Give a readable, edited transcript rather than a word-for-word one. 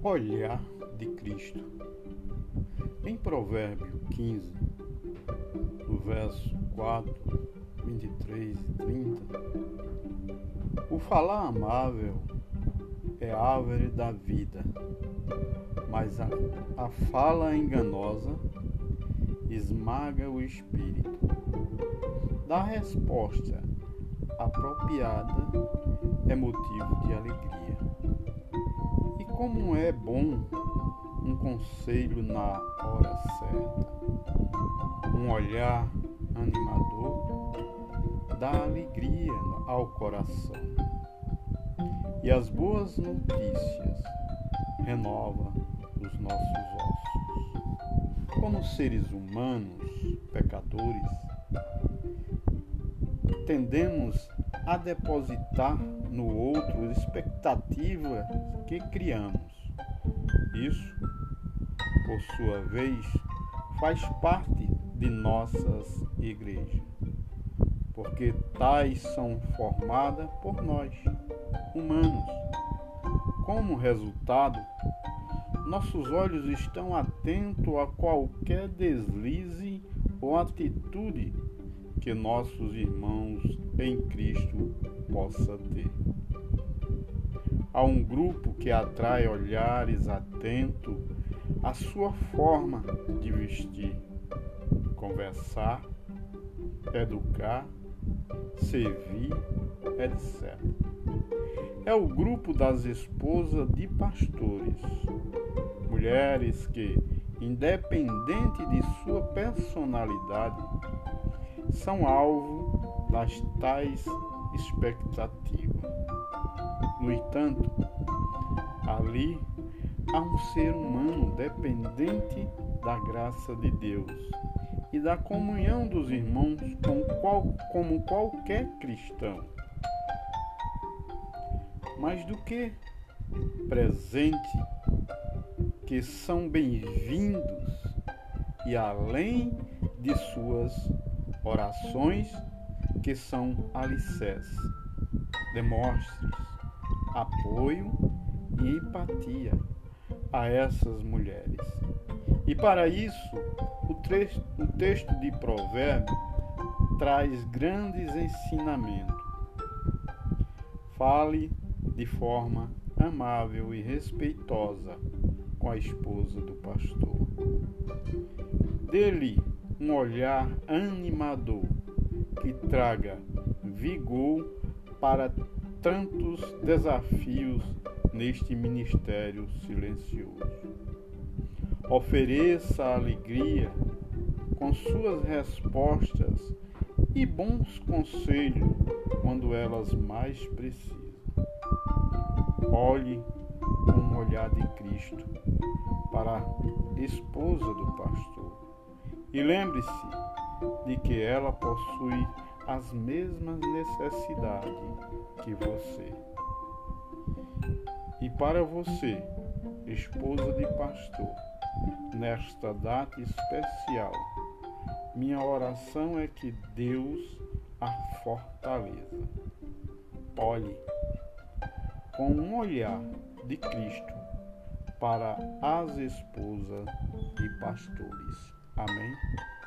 Olhar de Cristo. Em Provérbio 15, no verso 4, 23 e 30, o falar amável é árvore da vida, mas a fala enganosa esmaga o espírito. Dar resposta apropriada é motivo de alegria. E como é bom um conselho na hora certa, um olhar animador dá alegria ao coração. E as boas notícias renovam os nossos ossos. Como seres humanos, pecadores, tendemos a depositar no outro expectativas que criamos. Isso, por sua vez, faz parte de nossas igrejas, porque tais são formadas por nós, humanos. Como resultado, nossos olhos estão atentos a qualquer deslize ou atitude que nossos irmãos em Cristo possa ter. Há um grupo que atrai olhares atentos à sua forma de vestir, conversar, educar, servir, etc. É o grupo das esposas de pastores, mulheres que, independente de sua personalidade, são alvo das tais expectativas. No entanto, ali há um ser humano dependente da graça de Deus e da comunhão dos irmãos como qualquer cristão. Mais do que presente, que são bem-vindos e além de suas orações, que são alicerces. Demonstre apoio e empatia a essas mulheres. E para isso, o texto de Provérbios traz grandes ensinamentos. Fale de forma amável e respeitosa com a esposa do pastor. Dê-lhe um olhar animador que traga vigor para tantos desafios neste ministério silencioso. Ofereça alegria com suas respostas e bons conselhos quando elas mais precisam. Olhe com um olhar de Cristo para a esposa do pastor e lembre-se de que ela possui as mesmas necessidades que você. E para você, esposa de pastor, nesta data especial, minha oração é que Deus a fortaleça. Olhe com um olhar de Cristo para as esposas de pastores. Amém?